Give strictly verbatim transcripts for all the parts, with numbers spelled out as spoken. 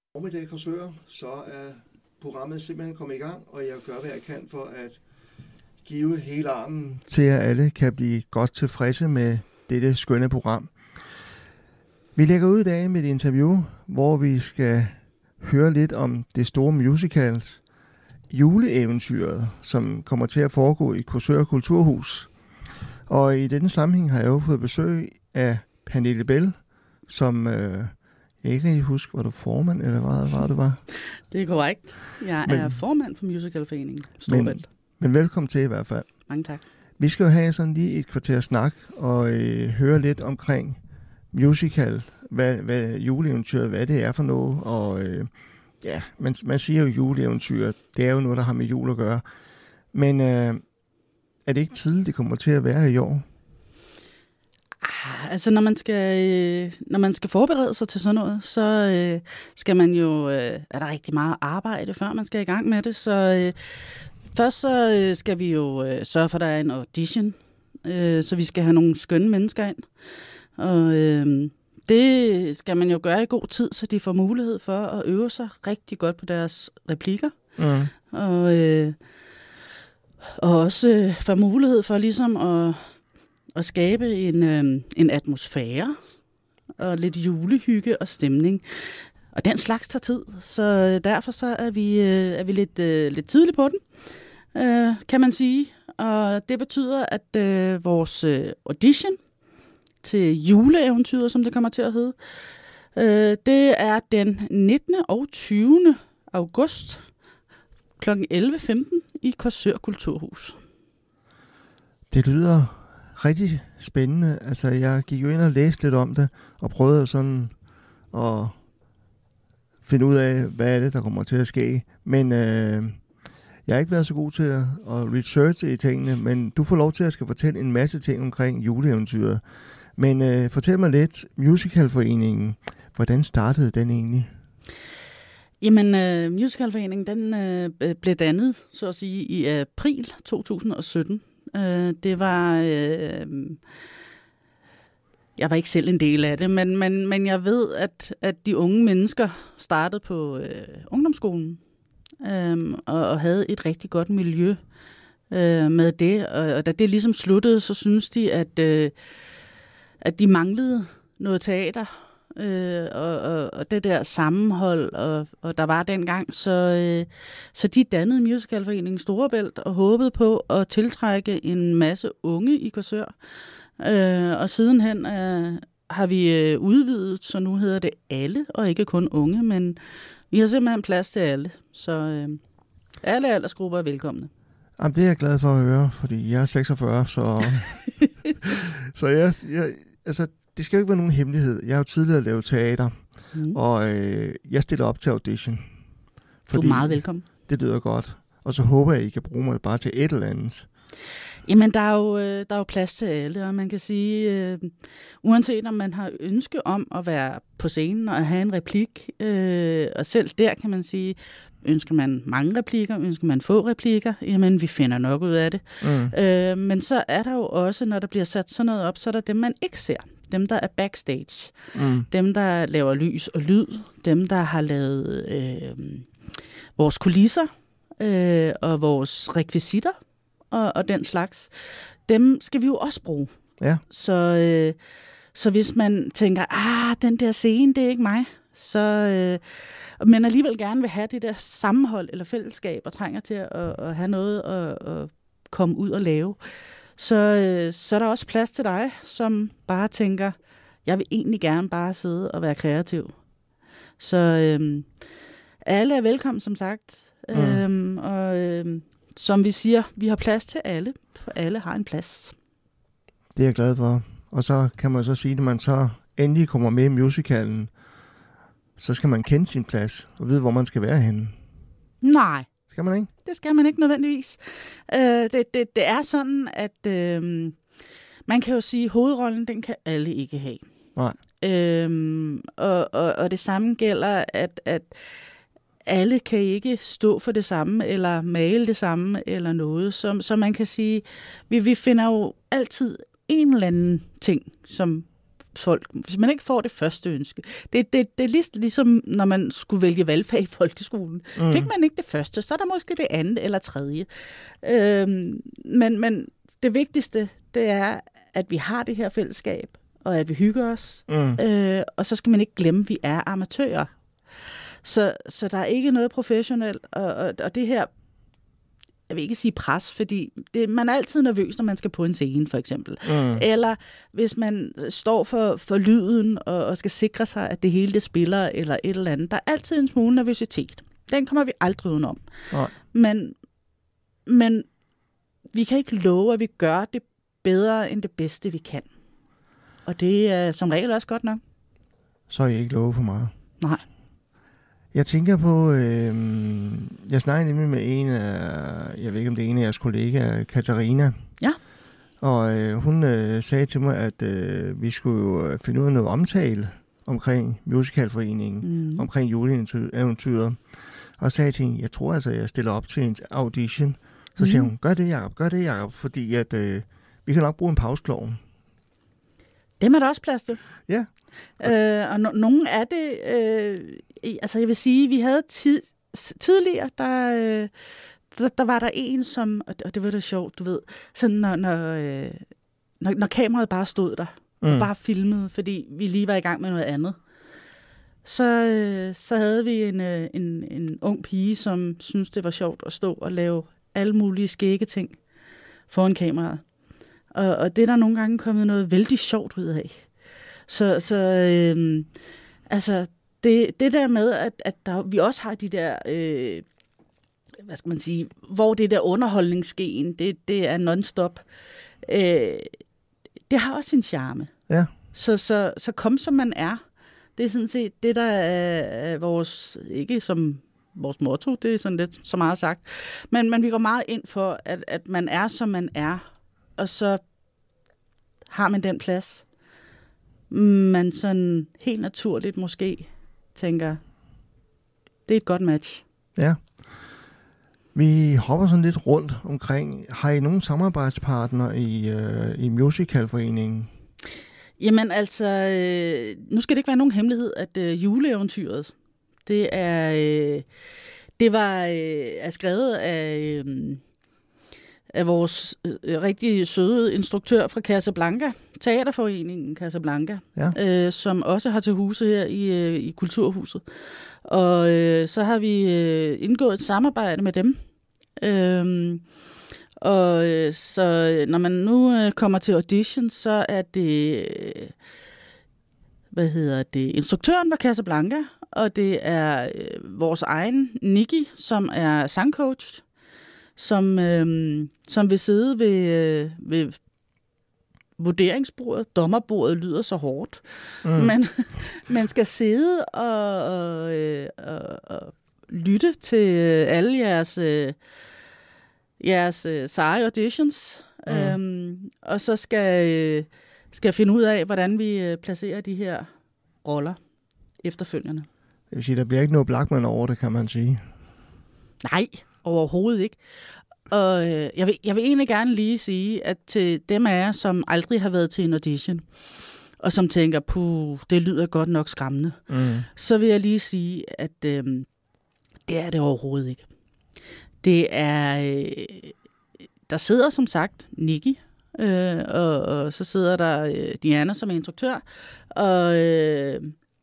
Formiddag Korsør, så er programmet simpelthen kommet i gang, og jeg gør, hvad jeg kan for at give hele armen til, at alle kan blive godt tilfredse med dette skønne program. Vi lægger ud i dag med et interview, hvor vi skal høre lidt om det store musicals Juleeventyret, som kommer til at foregå i Korsør Kulturhus. Og i denne sammenhæng har jeg jo fået besøg af Pernille Bell, som... Øh, Jeg kan ikke huske, var du formand, eller hvad var det var? Det er korrekt. Jeg men, er formand for Musicalforeningen men, Storbælt. men velkommen til i hvert fald. Mange tak. Vi skal jo have sådan lige et kvarter snak og øh, høre lidt omkring musical, hvad, hvad juleeventyret, hvad det er for noget. Og øh, ja, man, man siger jo juleeventyret, det er jo noget, der har med jul at gøre. Men øh, er det ikke tidligt, det kommer til at være i år? Altså, når man skal, når man skal forberede sig til sådan noget, så øh, skal man jo, øh, er der rigtig meget arbejde, før man skal i gang med det. Så øh, først så øh, skal vi jo øh, sørge for, at der er en audition, øh, så vi skal have nogle skønne mennesker ind. Og øh, det skal man jo gøre i god tid, så de får mulighed for at øve sig rigtig godt på deres replikker. Mm. Og, øh, og også øh, få mulighed for ligesom at... at skabe en, øh, en atmosfære og lidt julehygge og stemning. Og den slags tager tid, så derfor så er vi, øh, er vi lidt, øh, lidt tidligt på den, øh, kan man sige. Og det betyder, at øh, vores øh, audition til juleeventyret, som det kommer til at hedde, øh, det er den nittende og tyvende august klokken elleve femten i Korsør Kulturhus. Det lyder rigtig spændende. Altså, jeg gik jo ind og læste lidt om det, og prøvede sådan at finde ud af, hvad er det, der kommer til at ske. Men øh, jeg har ikke været så god til at, at researche i tingene, men du får lov til at skal fortælle en masse ting omkring juleeventyret. Men øh, fortæl mig lidt, Musicalforeningen, hvordan startede den egentlig? Jamen, uh, Musicalforeningen, den uh, blev dannet, så at sige, i april to tusind og sytten. Uh, det var... Uh, jeg var ikke selv en del af det, men, men, men jeg ved, at, at de unge mennesker startede på uh, ungdomsskolen um, og, og havde et rigtig godt miljø uh, med det. Og, og da det ligesom sluttede, så synes de, at, uh, at de manglede noget teater. Øh, og, og, og det der sammenhold, og, og der var dengang, så, øh, så de dannede Musicalforeningen Storebælt og håbede på at tiltrække en masse unge i Korsør. Øh, og sidenhen øh, har vi øh, udvidet, så nu hedder det alle, og ikke kun unge, men vi har simpelthen plads til alle. Så øh, alle aldersgrupper er velkomne. Jamen, det er jeg glad for at høre, fordi jeg er seksogfyrre, så, så jeg, jeg, altså, det skal jo ikke være nogen hemmelighed. Jeg har jo tidligere lavet teater, mm. og øh, jeg stiller op til audition. Du er meget velkommen. Det lyder godt. Og så håber jeg, at I kan bruge mig bare til et eller andet. Jamen, der er jo, der er jo plads til alle, og man kan sige, øh, uanset om man har ønske om at være på scenen og have en replik, øh, og selv der kan man sige, ønsker man mange replikker, ønsker man få replikker, jamen vi finder nok ud af det. Mm. Øh, men så er der jo også, når der bliver sat sådan noget op, så er der dem, man ikke ser. Dem, der er backstage. Mm. Dem, der laver lys og lyd. Dem, der har lavet øh, vores kulisser øh, og vores rekvisitter og, og den slags. Dem skal vi jo også bruge. Ja. Så, øh, så hvis man tænker, ah, den der scene, det er ikke mig, så, øh, men alligevel gerne vil have det der sammenhold eller fællesskab og trænger til at, at have noget at, at komme ud og lave, Så, øh, så er der også plads til dig, som bare tænker, jeg vil egentlig gerne bare sidde og være kreativ. Så øh, alle er velkommen, som sagt. Mm. Øhm, og øh, som vi siger, vi har plads til alle, for alle har en plads. Det er jeg glad for. Og så kan man så sige, at man så endelig kommer med i musicalen, så skal man kende sin plads og vide, hvor man skal være henne. Nej. Skal man ikke? Det skal man ikke nødvendigvis. Øh, det, det, det er sådan, at øh, man kan jo sige, at hovedrollen, den kan alle ikke have. Nej. Øh, og, og, og det samme gælder, at, at alle kan ikke stå for det samme, eller male det samme, eller noget. Så, så man kan sige, vi, vi finder jo altid en eller anden ting, som folk, hvis man ikke får det første ønske. Det, det, det er lig, ligesom, når man skulle vælge valgfag i folkeskolen. Mm. Fik man ikke det første, så er der måske det andet eller tredje. Øhm, men, men det vigtigste, det er, at vi har det her fællesskab, og at vi hygger os. Mm. Øh, og så skal man ikke glemme, at vi er amatører. Så, så der er ikke noget professionelt, og, og, og det her, jeg vil ikke sige pres, fordi det, man er altid nervøs, når man skal på en scene, for eksempel. Mm. Eller hvis man står for, for lyden, og, og skal sikre sig, at det hele det spiller, eller et eller andet. Der er altid en smule nervøsitet. Den kommer vi aldrig udenom. Nej. Men, men vi kan ikke love, at vi gør det bedre, end det bedste, vi kan. Og det er som regel også godt nok. Så er I ikke love for meget? Nej. Jeg tænker på, øh, jeg snakkede nemlig med en af, jeg ved ikke om det er en af jeres kollegaer, Katarina. Ja. Og øh, hun øh, sagde til mig, at øh, vi skulle jo finde ud af noget omtale omkring musicalforeningen, mm. omkring juleeventyret. Og sagde til hende, jeg tror altså, jeg stiller op til en audition. Så mm. siger hun, gør det, Jacob, gør det, Jacob, fordi at, øh, vi kan nok bruge en pauseklovn. Dem er der også plads til. Ja. Øh, og no- nogle af det, øh, altså jeg vil sige, vi havde tid, tidligere, der, øh, der, der var der en, som, og det var da sjovt, du ved, sådan når, når, øh, når, når kameraet bare stod der, mm. og bare filmede, fordi vi lige var i gang med noget andet, så, øh, så havde vi en, øh, en, en ung pige, som syntes, det var sjovt at stå og lave alle mulige skægge ting foran kameraet. Og, og det er der nogle gange kommet noget vældig sjovt ud af. Så, så øh, altså, det, det der med, at, at der, vi også har de der, øh, hvad skal man sige, hvor det der underholdningsskeen, det, det er non-stop, øh, det har også sin charme. Ja. Så, så, så kom som man er. Det er sådan set det, der er, er vores, ikke som vores motto, det er sådan lidt så meget sagt, men, men vi går meget ind for, at, at man er, som man er, og så har man den plads, man sådan helt naturligt måske tænker, det er et godt match. Ja. Vi hopper sådan lidt rundt omkring. Har I nogen samarbejdspartnere i, øh, i musicalforeningen? Jamen altså, øh, nu skal det ikke være nogen hemmelighed, at øh, juleeventyret, det er, øh, det var øh, er skrevet af, øh, af vores øh, rigtig søde instruktør fra Casablanca, Teaterforeningen Casablanca, ja. øh, som også har til huse her i, øh, i Kulturhuset. Og øh, så har vi øh, indgået et samarbejde med dem. Øh, og øh, så når man nu øh, kommer til audition, så er det, øh, hvad hedder det, instruktøren fra Casablanca, og det er øh, vores egen Nikki, som er sangcoach, som, øh, som vil sidde ved, øh, ved vurderingsbordet. Dommerbordet lyder så hårdt, mm. men man skal sidde og, og, øh, og, og lytte til alle jeres, øh, jeres øh, seje auditions, mm. øhm, og så skal, øh, skal finde ud af, hvordan vi øh, placerer de her roller efterfølgende. Det vil sige, der bliver ikke noget Blachman over det, kan man sige. Nej, overhovedet ikke. Og øh, jeg, vil, jeg vil egentlig gerne lige sige, at til dem af jer, som aldrig har været til en audition, og som tænker, puh, det lyder godt nok skræmmende, mm. så vil jeg lige sige, at øh, det er det overhovedet ikke. Det er, øh, der sidder som sagt Nikki, øh, og, og så sidder der øh, Diana som instruktør, og, øh,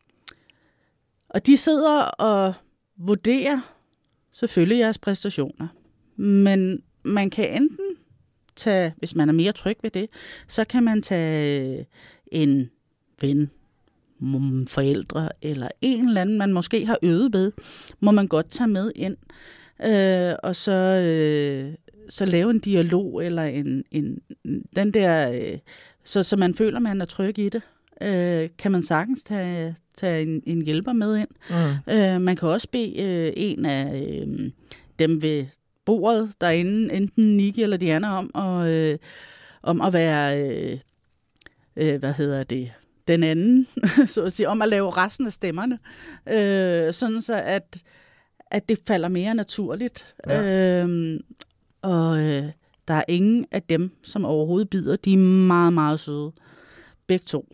og de sidder og vurderer selvfølgelig jeres præstationer. Men man kan enten tage, hvis man er mere tryg ved det, så kan man tage en ven, forældre eller en eller anden, man måske har øvet ved, må man godt tage med ind, øh, og så, øh, så lave en dialog, eller en, en den der, øh, så, så man føler, man er tryg i det. Øh, kan man sagtens tage, tage en, en hjælper med ind. Mm. Øh, man kan også bede øh, en af øh, dem ved bordet derinde, enten Nikki eller Diana, om at, øh, om at være, øh, øh, hvad hedder det, den anden, så at sige, om at lave resten af stemmerne, øh, sådan så at, at det falder mere naturligt. Ja. Øh, og øh, der er ingen af dem, som overhovedet bider. De er meget, meget søde. Begge to. Det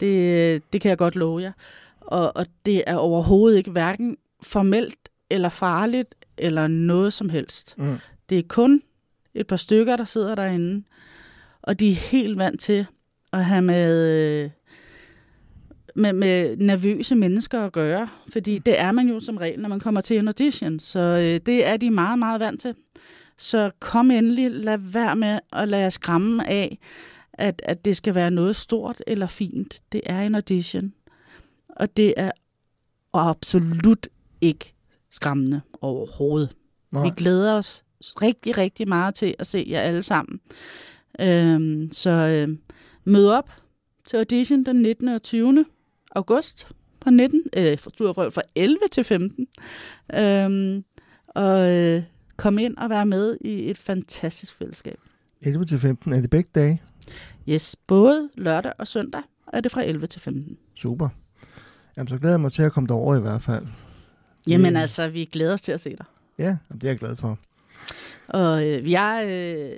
Det, det kan jeg godt love jer. Og, og det er overhovedet ikke hverken formelt eller farligt eller noget som helst. Mm. Det er kun et par stykker, der sidder derinde, og de er helt vant til at have med, med, med nervøse mennesker at gøre, fordi det er man jo som regel, når man kommer til en audition, så øh, det er de meget, meget vant til. Så kom endelig, lad være med at lade jer skræmme af, at, at det skal være noget stort eller fint. Det er en audition, og det er absolut ikke skræmmende overhovedet. Nej. Vi glæder os rigtig, rigtig meget til at se jer alle sammen. Øhm, så øh, mød op til audition den nittende og tyvende august fra nitten, øh, fra elleve til femten. Øhm, og øh, kom ind og være med i et fantastisk fællesskab. elleve til femten, er det begge dage? Yes, både lørdag og søndag er det fra elleve til femten. Super. Jamen, så glæder jeg mig til at komme derover i hvert fald. Jamen altså, vi glæder os til at se dig. Ja, det er jeg glad for. Og øh, jeg... Øh,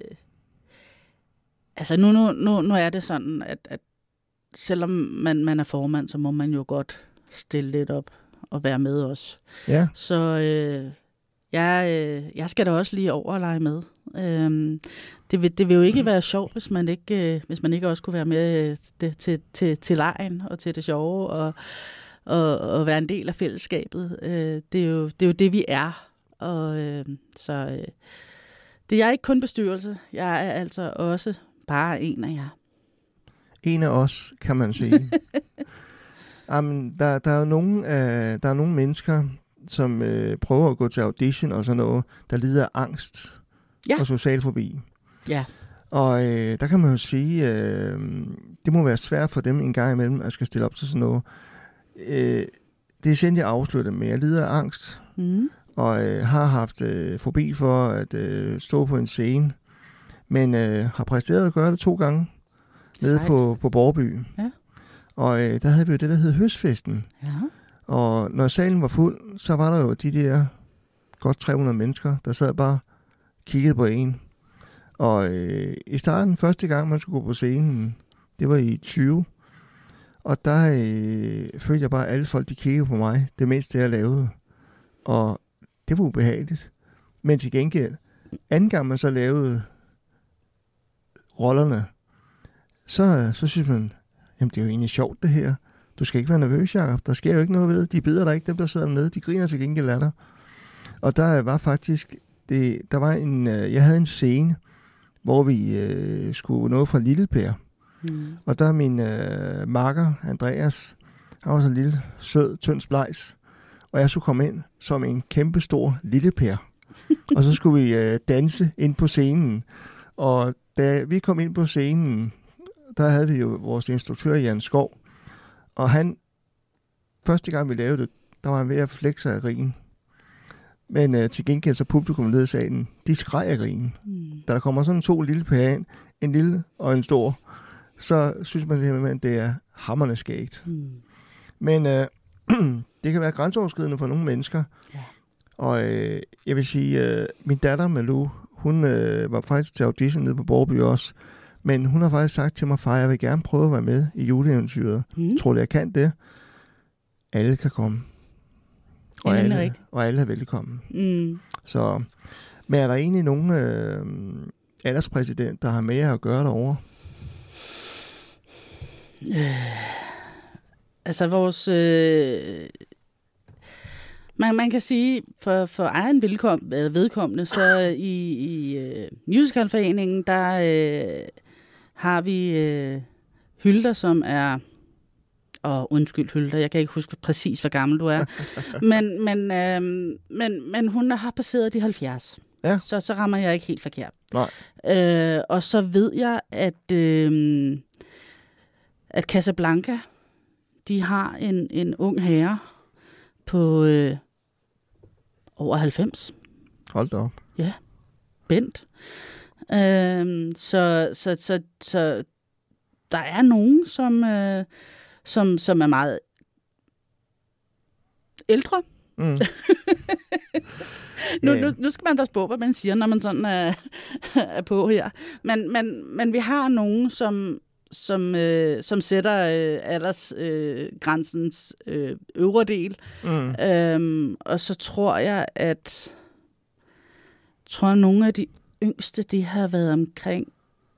altså, nu, nu, nu, nu er det sådan, at, at selvom man, man er formand, så må man jo godt stille lidt op og være med os. Ja. Så øh, jeg, øh, jeg skal da også lige over og lege med. Øhm, det, vil, det vil jo ikke være sjovt, hvis man ikke, øh, hvis man ikke også kunne være med øh, det, til, til, til legen og til det sjove og, og, og være en del af fællesskabet. Øh, det, er jo, det er jo det, vi er. Og øh, så øh, det er ikke kun bestyrelse. Jeg er altså også bare en af jer. En af os, kan man sige. Jamen, der, der er jo nogle, øh, der er nogle mennesker, som øh, prøver at gå til audition og sådan noget, der lider af angst ja. og social fobi. Ja. Og øh, der kan man jo sige, øh, det må være svært for dem en gang imellem at skal stille op til sådan noget. Øh, det er sjældent, jeg afslører dem med. Jeg lider af angst, mm. og øh, har haft øh, fobi for at øh, stå på en scene, men øh, har præsteret at gøre det to gange nede på, på Borgby. Ja. Og øh, der havde vi jo det, der hed Høstfesten. Ja. Og når salen var fuld, så var der jo de der godt tre hundrede mennesker, der sad bare kiggede på en. Og øh, i starten, første gang man skulle gå på scenen, det var i tyve. Og der øh, følte jeg bare, at alle folk, de kiggede på mig, det mindste jeg lavede. Og det var ubehageligt. Men til gengæld, anden gang man så lavede rollerne, så, så synes man, jamen det er jo egentlig sjovt det her. Du skal ikke være nervøs, Jacob. Der sker jo ikke noget ved. De bider dig ikke, dem der sidder nede. De griner til gengæld af dig. Og der var faktisk, det, der var en, jeg havde en scene, hvor vi øh, skulle nå fra Lille Per. Mm. Og der er min øh, makker, Andreas, han var sådan en lille, sød, tynd splejs. Og jeg skulle komme ind som en kæmpe stor Lille Per. Og så skulle vi øh, danse ind på scenen. Og da vi kom ind på scenen, der havde vi jo vores instruktør, Jan Skov. Og han, første gang vi lavede det, der var han ved at flække sig af grin. Men øh, til gengæld så publikum nede i salen, de skreg af grin. Mm. Da der kommer sådan to lille pærer ind, en lille og en stor, så synes man, at det er hamrende skægt. Mm. Men øh, det kan være grænseoverskridende for nogle mennesker. Ja. Og øh, jeg vil sige, øh, min datter Malou, hun øh, var faktisk til audition nede på Borgby også. Men hun har faktisk sagt til mig, far, jeg vil gerne prøve at være med i juleeventyret. Mm. Tror du, jeg kan det? Alle kan komme. Og, ja, alle, og alle er velkommen. Mm. Så, men er der egentlig nogen øh, alderspræsident, der har med at gøre derovre? Øh, altså vores... Øh, man, man kan sige, for, for egen velkom, eller vedkommende, så i, i uh, musicalforeningen, der øh, har vi øh, Hylder, som er... Og undskyld, Hylder, jeg kan ikke huske præcis, hvor gammel du er. men, men, øh, men, men hun har passeret de halvfjerds. Ja. Så, så rammer jeg ikke helt forkert. Nej. Øh, og så ved jeg, at, øh, at Casablanca, de har en, en ung herre på øh, over halvfems. Hold da op. Ja, Bent. Øh, så, så, så, så der er nogen, som... Øh, Som, som er meget ældre. Mm. nu, nu, nu skal man passe på, hvad man siger, når man sådan er, er på her. Men, men, men vi har nogen, som, som, øh, som sætter øh, aldersgrænsens øh, øh, øvre del. Mm. Øhm, og så tror jeg, at tror jeg, nogle af de yngste, de har været omkring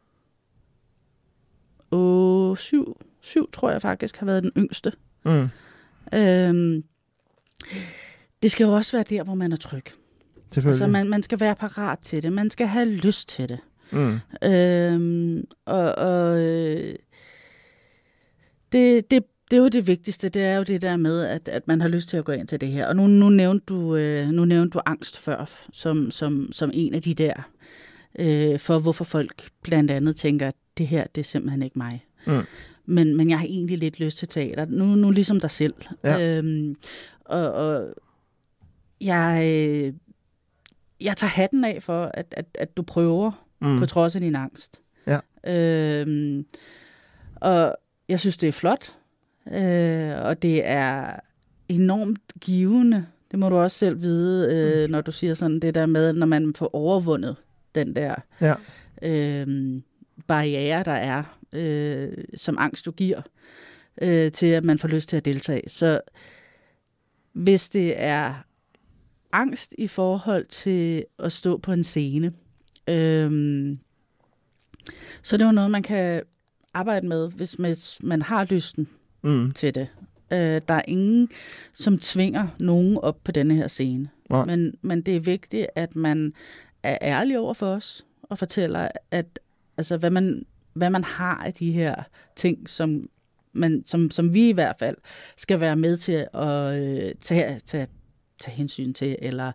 åh, syv, syv, tror jeg faktisk, har været den yngste. Mm. Øhm, det skal jo også være der, hvor man er tryg. Altså, man, man skal være parat til det. Man skal have lyst til det. Mm. Øhm, og og øh, det, det, det er jo det vigtigste. Det er jo det der med, at, at man har lyst til at gå ind til det her. Og nu, nu, nævnte, du, øh, nu nævnte du angst før, som, som, som en af de der, øh, for hvorfor folk blandt andet tænker, at det her, det er simpelthen ikke mig. Mm. Men, men jeg har egentlig lidt lyst til teater. Nu, nu ligesom dig selv. Ja. Øhm, og, og jeg, øh, jeg tager hatten af for, at, at, at du prøver, mm. på trods af din angst. Ja. Øhm, og jeg synes, det er flot. Øh, og det er enormt givende. Det må du også selv vide, øh, mm. når du siger sådan det der med, når man får overvundet den der ja. øh, barriere, der er, øh, som angst du giver, øh, til at man får lyst til at deltage. Så hvis det er angst i forhold til at stå på en scene, øh, så det er jo noget, man kan arbejde med, hvis man har lysten mm. til det. Øh, der er ingen, som tvinger nogen op på denne her scene. Men, men det er vigtigt, at man er ærlig over for os og fortæller, at altså, hvad, man, hvad man har af de her ting, som, man, som, som vi i hvert fald skal være med til at øh, tage, tage, tage hensyn til, eller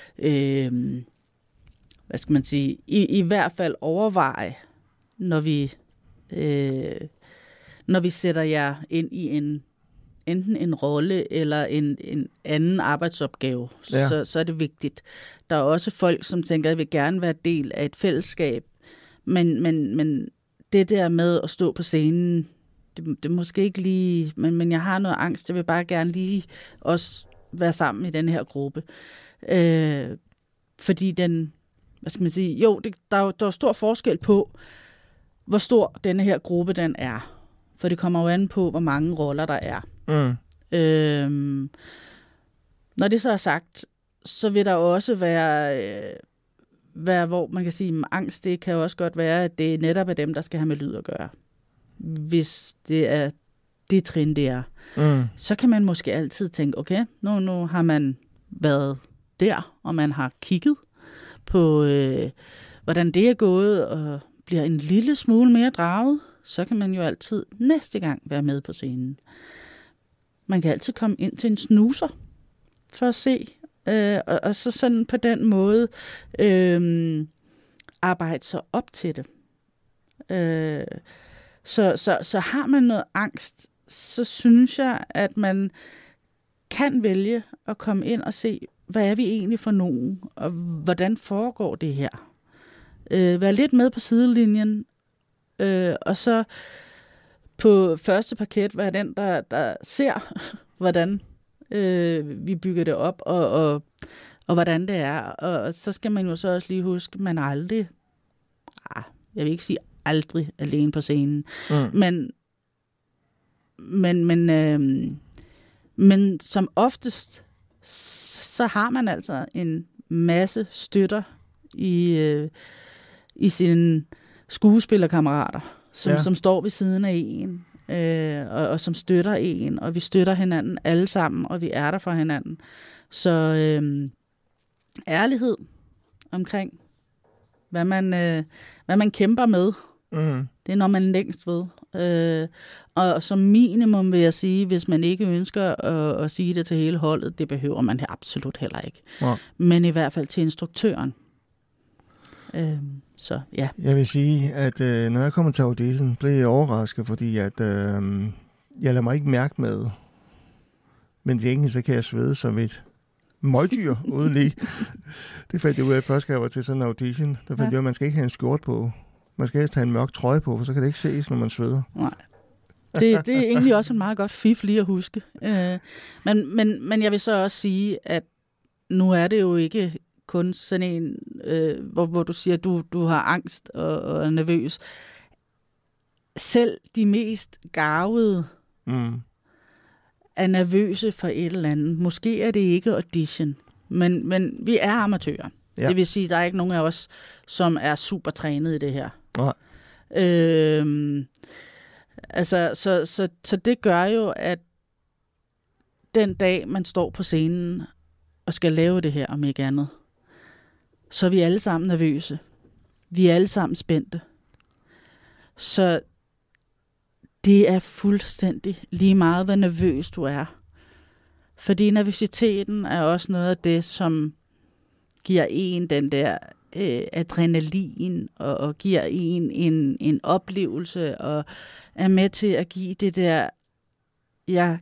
øh, hvad skal man sige, i, i hvert fald overveje, når vi, øh, når vi sætter jer ind i en enten en rolle eller en, en anden arbejdsopgave, ja. så, så er det vigtigt. Der er også folk, som tænker, at jeg vil gerne være del af et fællesskab, men, men, men det der med at stå på scenen, det, det er måske ikke lige, men, men jeg har noget angst, jeg vil bare gerne lige også være sammen i den her gruppe. Øh, fordi den, hvad skal man sige, jo, det, der, er, der er stor forskel på, hvor stor denne her gruppe den er. For det kommer jo an på, hvor mange roller der er. Mm. Øhm, når det så er sagt, så vil der også være, øh, være, hvor man kan sige, at angst, det kan jo også godt være, at det netop er dem, der skal have med lyd at gøre. Hvis det er det trin, det er. Mm. Så kan man måske altid tænke, okay, nu, nu har man været der, og man har kigget på, øh, hvordan det er gået, og bliver en lille smule mere draget, så kan man jo altid næste gang være med på scenen. Man kan altid komme ind til en snuser for at se, øh, og, og så sådan på den måde øh, arbejde sig op til det. Øh, så, så, så har man noget angst, så synes jeg, at man kan vælge at komme ind og se, hvad er vi egentlig for nogen, og hvordan foregår det her. Øh, være lidt med på sidelinjen, øh, og så på første parket være den, der, der ser, hvordan øh, vi bygger det op, og, og, og hvordan det er. Og, og så skal man jo så også lige huske, at man aldrig, ah, jeg vil ikke sige aldrig alene på scenen, mm. men, men, men, øh, men som oftest, så har man altså en masse støtter i, øh, i sine skuespillerkammerater, som, ja. som står ved siden af en, øh, og, og som støtter en, og vi støtter hinanden alle sammen, og vi er der for hinanden. Så øh, ærlighed omkring, hvad man, øh, hvad man kæmper med, mm. det er når man længst ved. Øh, og som minimum vil jeg sige, hvis man ikke ønsker at, at sige det til hele holdet, det behøver man absolut heller ikke. Ja. Men i hvert fald til instruktøren. Øh, så ja. Jeg vil sige, at øh, når jeg kommer til audition, blev jeg overrasket, fordi at øh, jeg lader mig ikke mærke med, men virkelig så kan jeg svede som et møgdyr ude lige. Det fandt jeg ud af første gang, jeg var til sådan en audition. Der fandt ja. jeg, at man skal ikke have en skjort på. Man skal helst have en mørk trøje på, for så kan det ikke ses, når man sveder. Nej. Det, det er egentlig også en meget godt fif lige at huske. Øh, men, men, men jeg vil så også sige, at nu er det jo ikke kun sådan en, øh, hvor, hvor du siger, at du, du har angst og, og er nervøs. selv de mest garvede Mm. er nervøse for et eller andet. Måske er det ikke audition, men, men vi er amatører. Ja. Det vil sige, at der er ikke nogen af os, som er super trænet i det her. Nej. Øhm, altså, så, så, så det gør jo, at den dag, man står på scenen og skal lave det her, om ikke andet, så er vi alle sammen nervøse. Vi er alle sammen spændte. Så det er fuldstændig lige meget, hvor nervøs du er. Fordi nervøsiteten er også noget af det, som giver en den der øh, adrenalin, og, og giver en en, en oplevelse, og er med til at give det der, jeg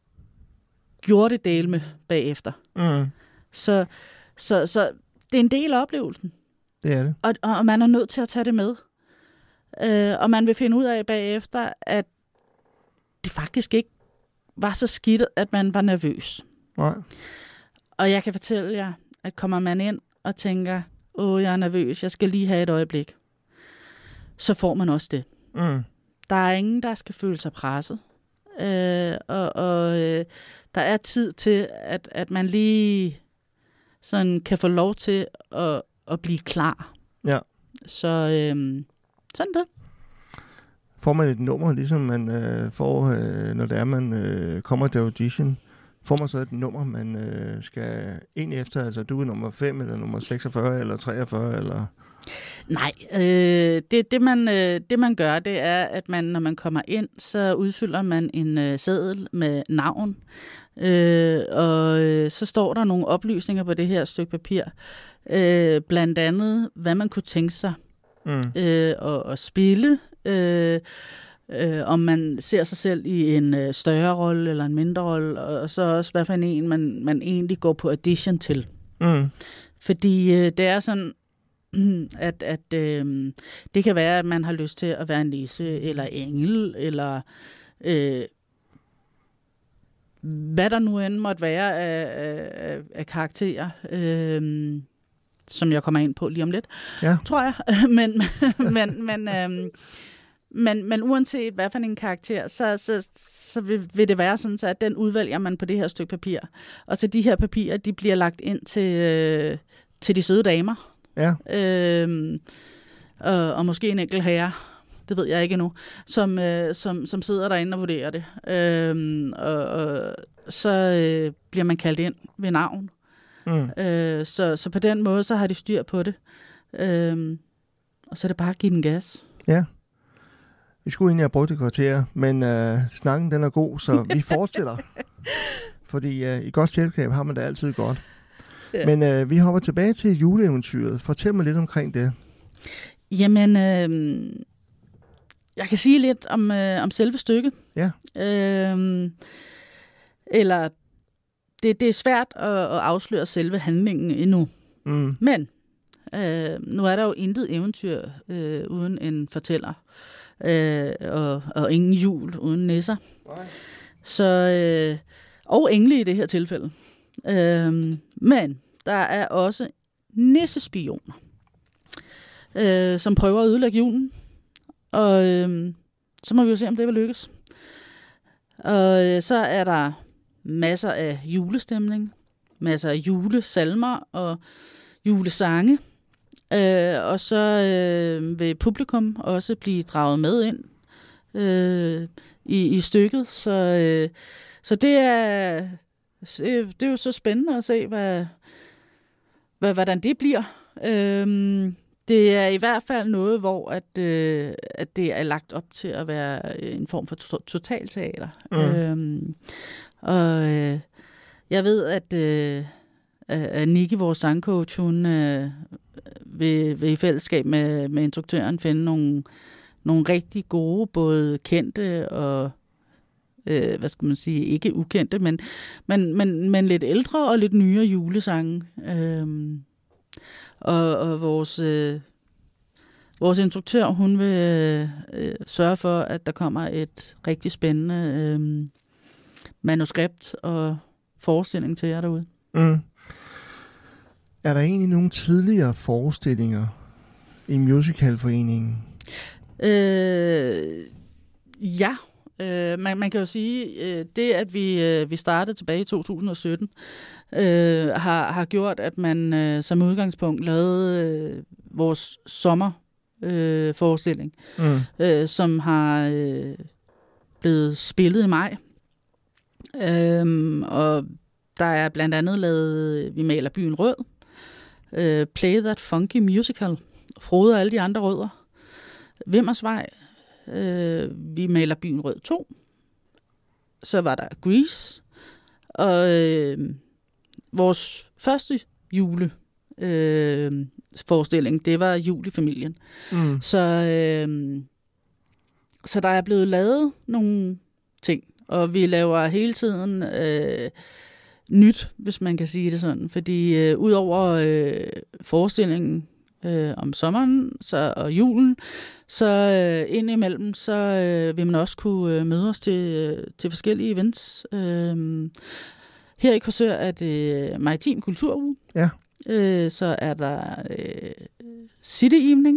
gjorde det del med bagefter. Mm. Så, så, så det er en del af oplevelsen. Det er det. Og, og man er nødt til at tage det med. Øh, og man vil finde ud af bagefter, at det faktisk ikke var så skidt, at man var nervøs. Nej. Og jeg kan fortælle jer, at kommer man ind og tænker, åh, jeg er nervøs, jeg skal lige have et øjeblik, så får man også det. Mm. Der er ingen, der skal føle sig presset. Øh, og og øh, der er tid til, at, at man lige sådan kan få lov til at, at blive klar. Ja. Så øh, sådan det. Får man et nummer, ligesom man øh, får, øh, når det er, man øh, kommer til audition, får man så et nummer, man øh, skal ind efter? Altså, du er nummer fem, eller nummer seksogfyrre, eller treogfyrre, eller... Nej, øh, det, det, man, øh, det man gør, det er, at man, når man kommer ind, så udfylder man en øh, seddel med navn, øh, og øh, så står der nogle oplysninger på det her stykke papir, øh, blandt andet, hvad man kunne tænke sig Mm. øh, at, at spille, øh, øh, om man ser sig selv i en øh, større rolle eller en mindre rolle, og så også, hvad for en man, man egentlig går på audition til. Mm. Fordi øh, det er sådan, at, at øh, det kan være, at man har lyst til at være en nisse, eller engel, eller øh, hvad der nu end måtte være af, af, af karakterer, øh, som jeg kommer ind på lige om lidt, Ja. tror jeg. men, men, men, øh, men, men uanset hvad for en karakter, så, så, så vil, vil det være sådan, så at den udvælger man på det her stykke papir. Og så de her papirer, de bliver lagt ind til, øh, til de søde damer. Ja. Øhm, og, og måske en enkelt herre, det ved jeg ikke endnu, som, øh, som, som sidder derinde og vurderer det. Øhm, og, og så øh, bliver man kaldt ind ved navn. Mm. Øh, så, så på den måde, så har de styr på det. Øhm, og så er det bare at give den gas. Ja. Vi skulle egentlig have brugt et kvarter, men øh, snakken den er god, så vi fortsætter. Fordi øh, i godt selskab har man det altid godt. Ja. Men øh, vi hopper tilbage til juleeventyret. Fortæl mig lidt omkring det. Jamen, øh, jeg kan sige lidt om, øh, om selve stykket. Ja. Øh, eller, det, det er svært at, at afsløre selve handlingen endnu. Mm. Men, øh, nu er der jo intet eventyr øh, uden en fortæller. Øh, og, og ingen jul uden nisser. Nej. Så, øh, og engle i det her tilfælde. Øh, men der er også nissespioner, øh, som prøver at ødelægge julen. Og øh, så må vi jo se, om det vil lykkes. Og øh, så er der masser af julestemning, masser af julesalmer og julesange. Øh, og så øh, vil publikum også blive draget med ind øh, i, i stykket. Så, øh, så det er... Det er jo så spændende at se, hvad, hvad, hvordan det bliver. Øhm, det er i hvert fald noget, hvor at, øh, at det er lagt op til at være en form for to- totalteater. Mm. Øhm, og øh, jeg ved, at, øh, at Nicky, vores sangcoach, hun øh, vil, vil i fællesskab med, med instruktøren finde nogle, nogle rigtig gode, både kendte og Øh, hvad skal man sige, ikke ukendte, men, men, men, men lidt ældre og lidt nyere julesange. Øhm, og, og vores, øh, vores instruktør, hun vil øh, sørge for, at der kommer et rigtig spændende øh, manuskript og forestilling til jer derude. Mm. Er der egentlig nogle tidligere forestillinger i musicalforeningen? Øh, Ja, øh, man, man kan jo sige, øh, det at vi, øh, vi startede tilbage i to tusind og sytten, øh, har, har gjort, at man øh, som udgangspunkt lavede øh, vores sommerforestilling, øh, mm. øh, som har øh, blevet spillet i maj. Øh, og der er blandt andet lavet Vi maler byen rød, øh, Play That Funky Musical, Frode og alle de andre rødder, Vimmersvej, øh, Vi maler byen rød to, så var der Grease, og øh, vores første jule øh, forestilling, det var Jul i familien. Mm. Så, øh, så der er blevet lavet nogle ting, og vi laver hele tiden øh, nyt, hvis man kan sige det sådan, fordi øh, ud over øh, forestillingen øh, om sommeren så, og julen, så øh, indimellem, så øh, vil man også kunne øh, møde os til, øh, til forskellige events. Øh, her i Korsør er det Maritim Kulturuge. Ja. Øh, så er der øh, City Evening.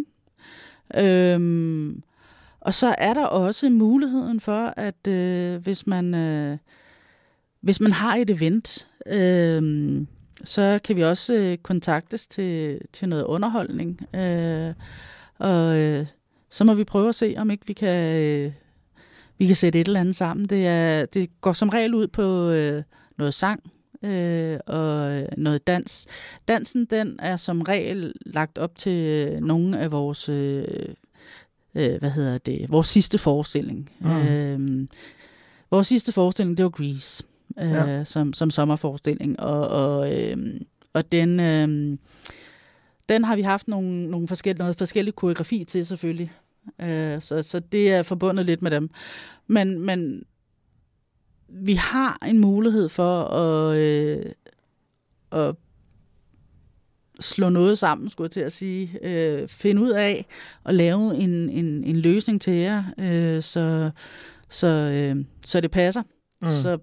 Øh, og så er der også muligheden for, at øh, hvis man øh, hvis man har et event, øh, så kan vi også øh, kontaktes til, til noget underholdning. Øh, og øh, så må vi prøve at se, om ikke vi kan, øh, vi kan sætte et eller andet sammen. Det, er, det går som regel ud på øh, noget sang øh, og noget dans. Dansen, den er som regel lagt op til øh, nogle af vores, øh, øh, hvad hedder det, vores sidste forestilling. Mm. Øh, vores sidste forestilling, det var Grease. Ja. Øh, som, som sommerforestilling, og, og, øh, og den, øh, den har vi haft nogle, nogle forskellige, noget forskellige koreografi til selvfølgelig, øh, så, så det er forbundet lidt med dem, men, men vi har en mulighed for at, øh, at slå noget sammen, skulle jeg til at sige, øh, finde ud af og lave en, en, en løsning til jer, øh, så, så, øh, så det passer. Mm. Så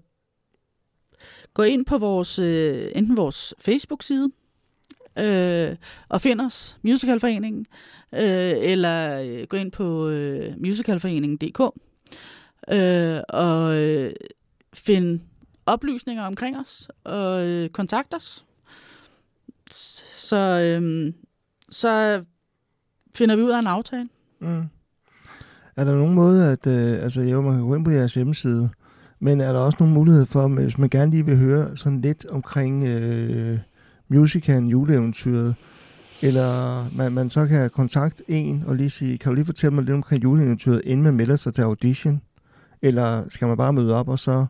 gå ind på vores, øh, enten vores Facebook-side øh, og find os, Musicalforeningen, øh, eller øh, gå ind på øh, musicalforeningen punktum d k øh, og øh, find oplysninger omkring os og øh, kontakt os. Så, øh, så finder vi ud af en aftale. Mm. Er der nogen måde, at øh, altså, jo, man kan gå ind på jeres hjemmeside, men er der også nogle muligheder for, hvis man gerne lige vil høre sådan lidt omkring øh, musicalen, juleeventyret, eller man, man så kan kontakte en og lige sige, kan du lige fortælle mig lidt omkring juleeventyret, inden man melder sig til audition? Eller skal man bare møde op, og så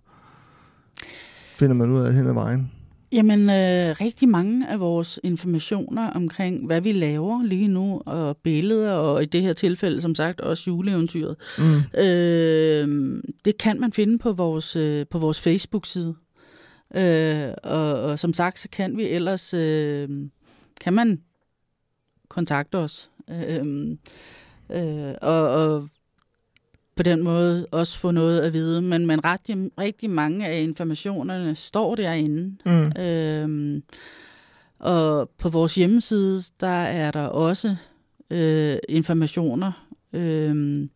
finder man ud af det hen ad vejen? Jamen, øh, rigtig mange af vores informationer omkring, hvad vi laver lige nu, og billeder, og i det her tilfælde, som sagt, også juleeventyret, mm. øh, det kan man finde på vores, øh, på vores Facebook-side. Øh, og, og som sagt, så kan vi ellers, øh, kan man kontakte os. Øh, øh, og, og på den måde også få noget at vide. Men, men rigtig, rigtig mange af informationerne står derinde. Mm. Øhm, og på vores hjemmeside, der er der også øh, informationer, øh,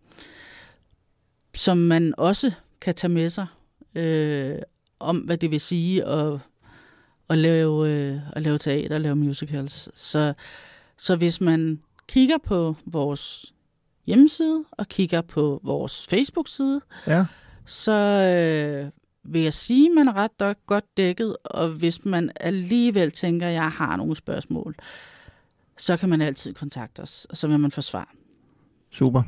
som man også kan tage med sig, øh, om hvad det vil sige at, at, lave, øh, at lave teater, at lave musicals. Så, så hvis man kigger på vores hjemmeside og kigger på vores Facebook-side, ja. så øh, vil jeg sige, at man er ret godt dækket, og hvis man alligevel tænker, at jeg har nogle spørgsmål, så kan man altid kontakte os, og så vil man få svar. Super.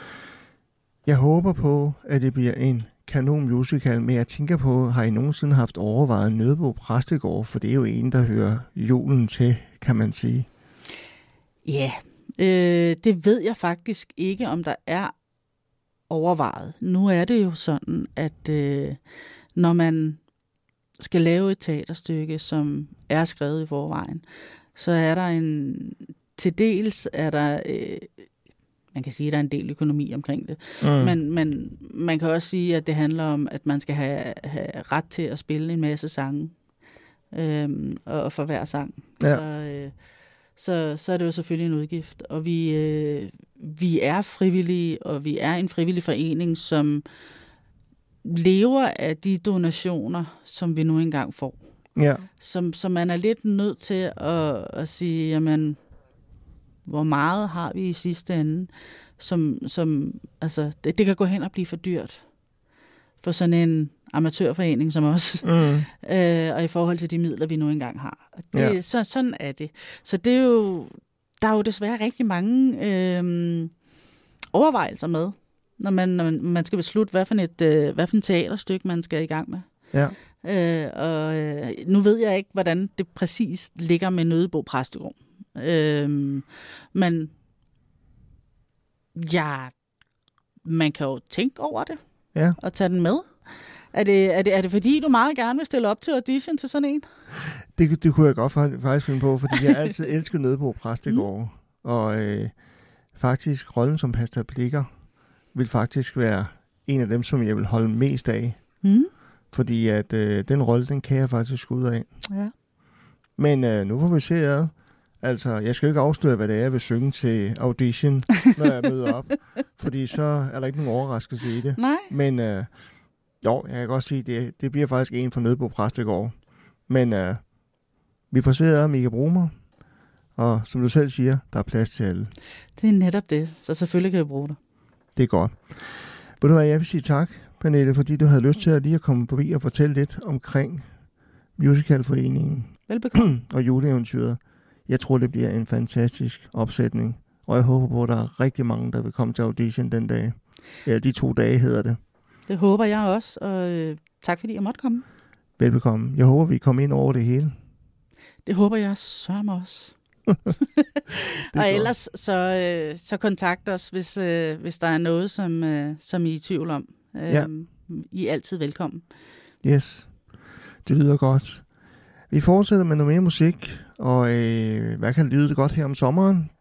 Jeg håber på, at det bliver en kanon musical, men jeg tænker på, har I nogensinde haft overvejet Nødebo Præstegård, for det er jo en, der hører julen til, kan man sige. Ja, yeah. Øh, det ved jeg faktisk ikke, om der er overvejet. Nu er det jo sådan, at øh, når man skal lave et teaterstykke, som er skrevet i forvejen, så er der en, til dels er der, øh, man kan sige, at der er en del økonomi omkring det, mm. men, men man kan også sige, at det handler om, at man skal have, have ret til at spille en masse sange, øh, og for hver sang. Ja. Så, øh, så, så er det jo selvfølgelig en udgift. Og vi, øh, vi er frivillige, og vi er en frivillig forening, som lever af de donationer, som vi nu engang får. Ja. Som, som man er lidt nødt til at, at sige, jamen, hvor meget har vi i sidste ende, som, som altså, det, det kan gå hen og blive for dyrt for sådan en amatørforening som os, mm. øh, og i forhold til de midler, vi nu engang har. Det, ja. så, sådan er det. Så det er jo, der er jo desværre rigtig mange øh, overvejelser med, når man, når man skal beslutte, hvad for et, øh, hvad for et teaterstykke man skal i gang med. Ja. Øh, og øh, nu ved jeg ikke, hvordan det præcis ligger med Nødebo Præstegård. Øh, men ja, man kan jo tænke over det, ja. Og tage den med. Er det, er, det, er det fordi, du meget gerne vil stille op til audition til sådan en? Det, det kunne jeg godt faktisk finde på, fordi jeg altid elsker Nødebo Præstegård. Mm. Og øh, faktisk rollen som Pastor Blikker vil faktisk være en af dem, som jeg vil holde mest af. Mm. Fordi at øh, den rolle, den kan jeg faktisk ud af. Ja. Men øh, nu får vi se ad. Altså, jeg skal jo ikke afsløre, hvad det er, jeg vil synge til audition, når jeg møder op. Fordi så er der ikke nogen overraskelse i det. Nej. Men øh, jo, jeg kan godt sige, det, det bliver faktisk en for Nødebo Præstegård. Men øh, vi får se ad, om I kan bruge mig. Og som du selv siger, der er plads til alle. Det er netop det, så selvfølgelig kan vi bruge dig. Det er godt. Ved du hvad, jeg vil sige tak, Pernille, fordi du havde lyst til at lige at komme forbi og fortælle lidt omkring Musicalforeningen. Velbekomme. Og juleeventyret. Jeg tror, det bliver en fantastisk opsætning. Og jeg håber på, at der er rigtig mange, der vil komme til audition den dag. Ja, de to dage hedder det. Det håber jeg også, og øh, tak fordi jeg måtte komme. Velbekomme. Jeg håber, vi kommer ind over det hele. Det håber jeg sørme også. Og ellers så, øh, så kontakt os, hvis, øh, hvis der er noget, som, øh, som I er i tvivl om. Øh, ja. I er altid velkommen. Yes, det lyder godt. Vi fortsætter med noget mere musik, og øh, hvad kan det lyde godt her om sommeren?